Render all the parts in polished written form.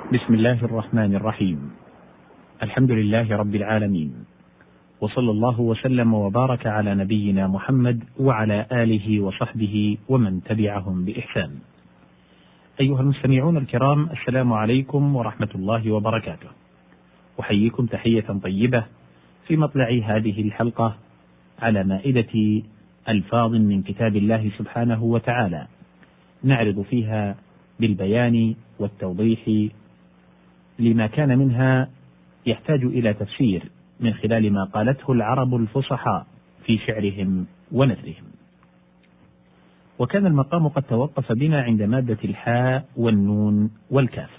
بسم الله الرحمن الرحيم. الحمد لله رب العالمين، وصلى الله وسلم وبارك على نبينا محمد وعلى آله وصحبه ومن تبعهم بإحسان. أيها المستمعون الكرام، السلام عليكم ورحمة الله وبركاته. أحييكم تحية طيبة في مطلع هذه الحلقة على مائدة ألفاظ من كتاب الله سبحانه وتعالى، نعرض فيها بالبيان والتوضيح لما كان منها يحتاج إلى تفسير من خلال ما قالته العرب الفصحاء في شعرهم ونثرهم. وكان المقام قد توقف بنا عند مادة الحاء والنون والكاف.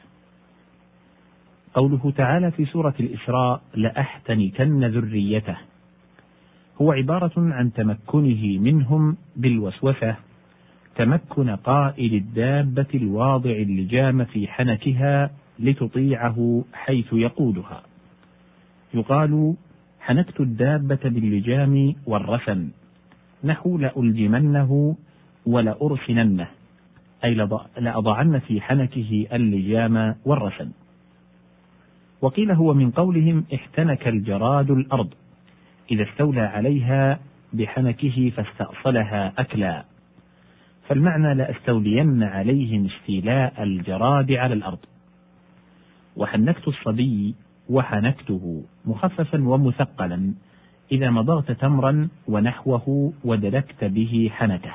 قوله تعالى في سورة الإسراء: لأحتنكن ذريته، هو عبارة عن تمكنه منهم بالوسوسة تمكن قائد الدابة الواضع اللجام في حنكها لتطيعه حيث يقودها. يقال: حنكت الدابة باللجام والرسن، نحو لألجمنه ولأرسننه، أي لأضعن في حنكه اللجام والرسن. وقيل هو من قولهم: احتنك الجراد الأرض إذا استولى عليها بحنكه فاستأصلها أكلا، فالمعنى لأستولين عليهم استيلاء الجراد على الأرض. وحنكت الصبي وحنكته مخففا ومثقلا إذا مضغت تمرا ونحوه ودلكت به حنكه.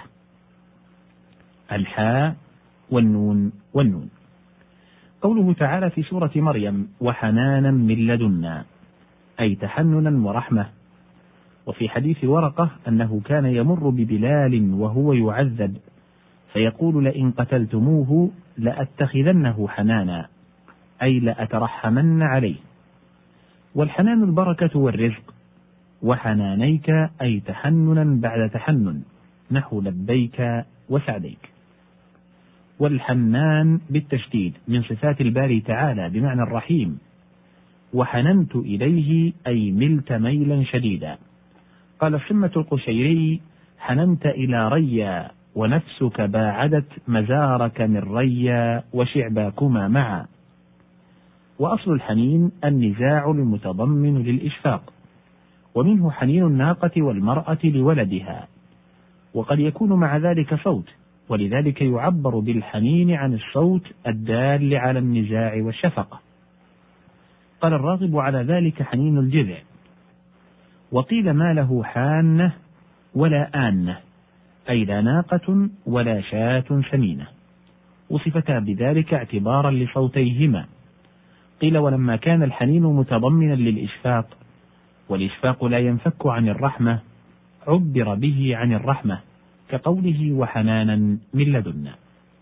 الحاء والنون والنون. قوله تعالى في سورة مريم: وحنانا من لدنا، أي تحننا ورحمة. وفي حديث ورقة أنه كان يمر ببلال وهو يعذب فيقول: لئن قتلتموه لأتخذنه حنانا، أي لأترحمن عليه. والحنان البركة والرزق، وحنانيك أي تحننا بعد تحنن، نحو لبيك وسعديك. والحنان بالتشديد من صفات الباري تعالى بمعنى الرحيم. وحننت إليه أي ملت ميلا شديدا. قال الصمة القشيري: حننت إلى ريا ونفسك باعدت مزارك من ريا وشعباكما معا. وأصل الحنين النزاع المتضمن للإشفاق، ومنه حنين الناقة والمرأة لولدها، وقد يكون مع ذلك صوت، ولذلك يعبر بالحنين عن الصوت الدال على النزاع والشفقة. قال الراغب على ذلك حنين الجذع. وقيل ما له حانة ولا آنة، أي لا ناقة ولا شاة سمينة، وصفتا بذلك اعتبارا لصوتيهما. قيل ولما كان الحنين متضمنا للإشفاق، والإشفاق لا ينفك عن الرحمة، عبر به عن الرحمة، كقوله: وحنانا من لدنا.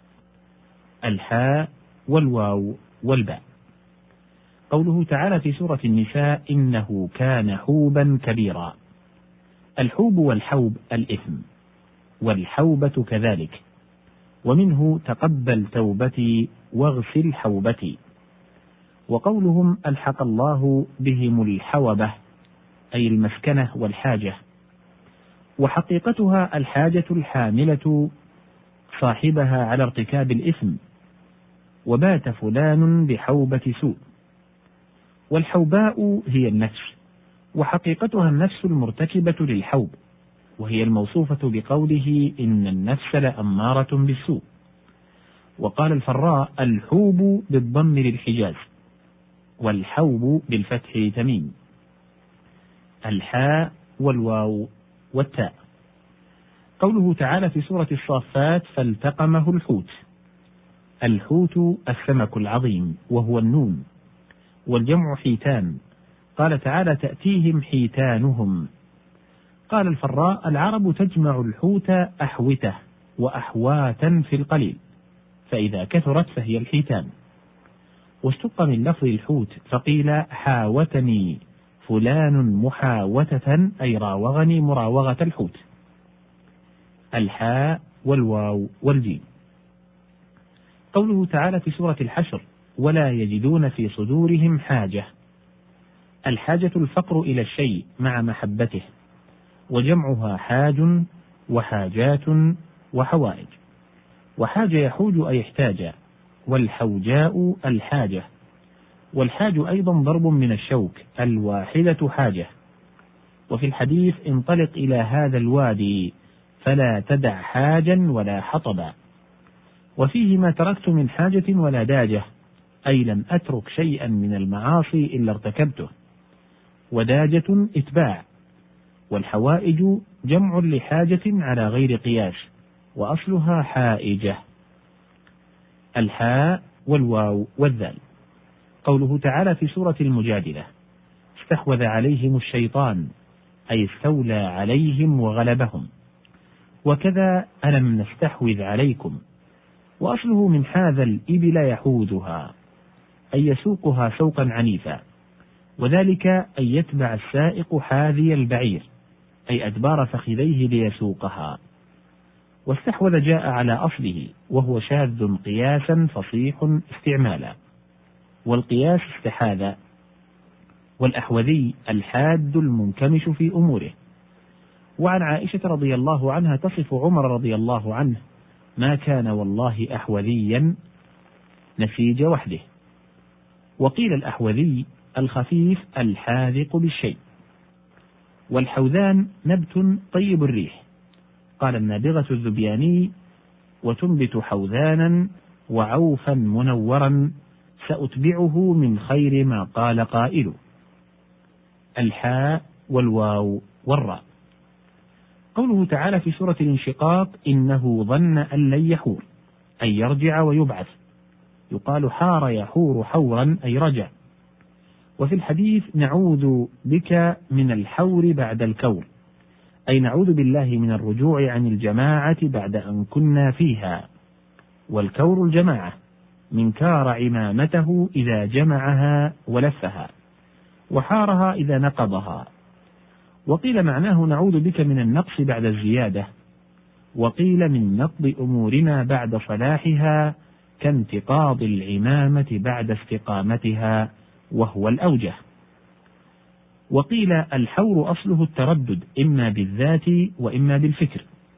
الحاء والواو والباء. قوله تعالى في سورة النساء: إنه كان حوبا كبيرا. الحوب والحوب الإثم، والحوبة كذلك، ومنه تقبل توبتي واغسل حوبتي. وقولهم: ألحق الله بهم الحوبة، أي المسكنة والحاجة، وحقيقتها الحاجة الحاملة صاحبها على ارتكاب الإثم. وبات فلان بحوبة سوء. والحوباء هي النفس، وحقيقتها النفس المرتكبة للحوب، وهي الموصوفة بقوله: إن النفس لأمارة بالسوء. وقال الفراء: الحوب بالضم للحجاز، والحوب بالفتح لتميم. الحاء والواو والتاء. قوله تعالى في سورة الصافات: فالتقمه الحوت. الحوت السمك العظيم، وهو النون، والجمع حيتان. قال تعالى: تأتيهم حيتانهم. قال الفراء: العرب تجمع الحوت أحوته وأحواتا في القليل، فإذا كثرت فهي الحيتان. واشتق من لفظ الحوت فقيل: حاوتني فلان محاوتة، أي راوغني مراوغة الحوت. الحاء والواو والجيم. قوله تعالى في سورة الحشر: ولا يجدون في صدورهم حاجة. الحاجة الفقر إلى الشيء مع محبته، وجمعها حاج وحاجات وحوائج. وحاج يحوج أي احتاج، والحوجاء الحاجة، والحاج أيضا ضرب من الشوك، الواحدة حاجة. وفي الحديث انطلق إلى هذا الوادي فلا تدع حاجا ولا حطبا. وفيه ما تركت من حاجة ولا داجة، أي لم أترك شيئا من المعاصي إلا ارتكبته. وداجة إتباع، والحوائج جمع لحاجة على غير قياس، وأصلها حائجة. الحاء والواو والذال. قوله تعالى في سورة المجادلة: استحوذ عليهم الشيطان، أي استولى عليهم وغلبهم. وكذا ألم نستحوذ عليكم، وأصله من هذا الإبل يحوذها، أي يسوقها سوقا عنيفا، وذلك أن يتبع السائق حاذي البعير، أي أدبار فخذيه ليسوقها. واستحوذ جاء على أصله، وهو شاذ قياسا فصيح استعمالا، والقياس استحاذا. والأحوذي الحاد المنكمش في أموره. وعن عائشة رضي الله عنها تصف عمر رضي الله عنه: ما كان والله أحوذيا نسيج وحده. وقيل الأحوذي الخفيف الحاذق بالشيء. والحوذان نبت طيب الريح. قال النابغة الذبياني: وتنبت حوذانا وعوفا منورا، سأتبعه من خير ما قال قائل. الحاء والواو والراء. قوله تعالى في سورة الانشقاق: إنه ظن أن لن يحور، أي يرجع ويبعث. يقال حار يحور حورا، أي رجع. وفي الحديث: نعوذ بك من الحور بعد الكور، أي نعوذ بالله من الرجوع عن الجماعة بعد أن كنا فيها. والكور الجماعة، من كار عمامته إذا جمعها ولفها، وحارها إذا نقضها. وقيل معناه نعوذ بك من النقص بعد الزيادة. وقيل من نقض أمورنا بعد صلاحها، كانتقاض العمامة بعد استقامتها، وهو الأوجه. وقيل الحور أصله التردد، إما بالذات وإما بالفكر.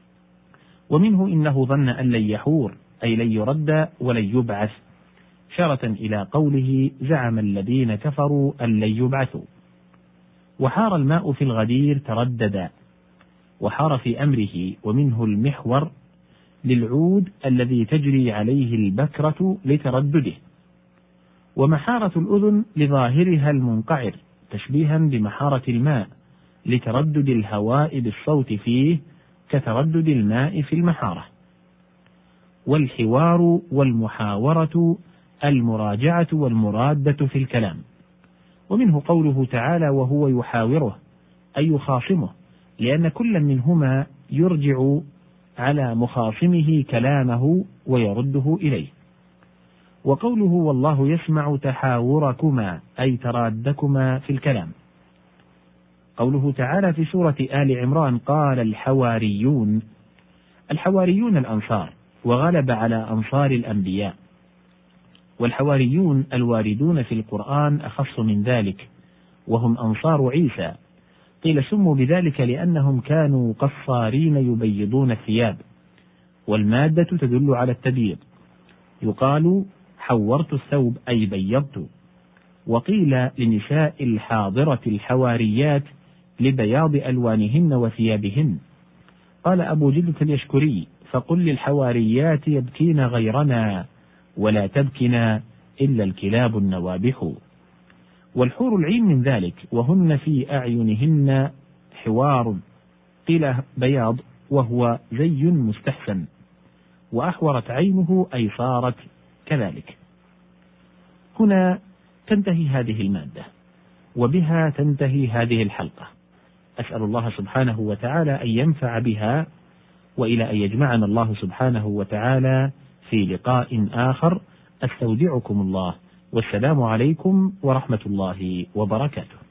ومنه إنه ظن أن لن يحور، أي لن يرد ولن يبعث، شارة إلى قوله: زعم الذين كفروا أن لن يبعثوا. وحار الماء في الغدير ترددا، وحار في أمره. ومنه المحور للعود الذي تجري عليه البكرة لتردده. ومحارة الأذن لظاهرها المنقعر، تشبيها بمحارة الماء لتردد الهواء بالصوت فيه، كتردد الماء في المحارة. والحوار والمحاورة المراجعة والمرادة في الكلام. ومنه قوله تعالى: وهو يحاوره، أي يخاصمه، لأن كل منهما يرجع على مخاصمه كلامه ويرده إليه. وقوله: والله يسمع تحاوركما، أي ترادكما في الكلام. قوله تعالى في سورة آل عمران: قال الحواريون. الحواريون الأنصار، وغلب على أنصار الأنبياء. والحواريون الواردون في القرآن أخص من ذلك، وهم أنصار عيسى. قيل سموا بذلك لأنهم كانوا قصارين يبيضون الثياب، والمادة تدل على التبييض. يقال حورت الثوب، أي بيضت. وقيل لنساء الحاضرة الحواريات لبياض ألوانهن وثيابهن. قال أبو جدة اليشكري: فقل للحواريات يبكين غيرنا، ولا تبكنا إلا الكلاب النوابح. والحور العين من ذلك، وهن في أعينهن حوار. قيل بياض، وهو زي مستحسن. وأحورت عينه، أي صارت كذلك. هنا تنتهي هذه المادة، وبها تنتهي هذه الحلقة. أسأل الله سبحانه وتعالى أن ينفع بها، وإلى أن يجمعنا الله سبحانه وتعالى في لقاء آخر. أستودعكم الله، والسلام عليكم ورحمة الله وبركاته.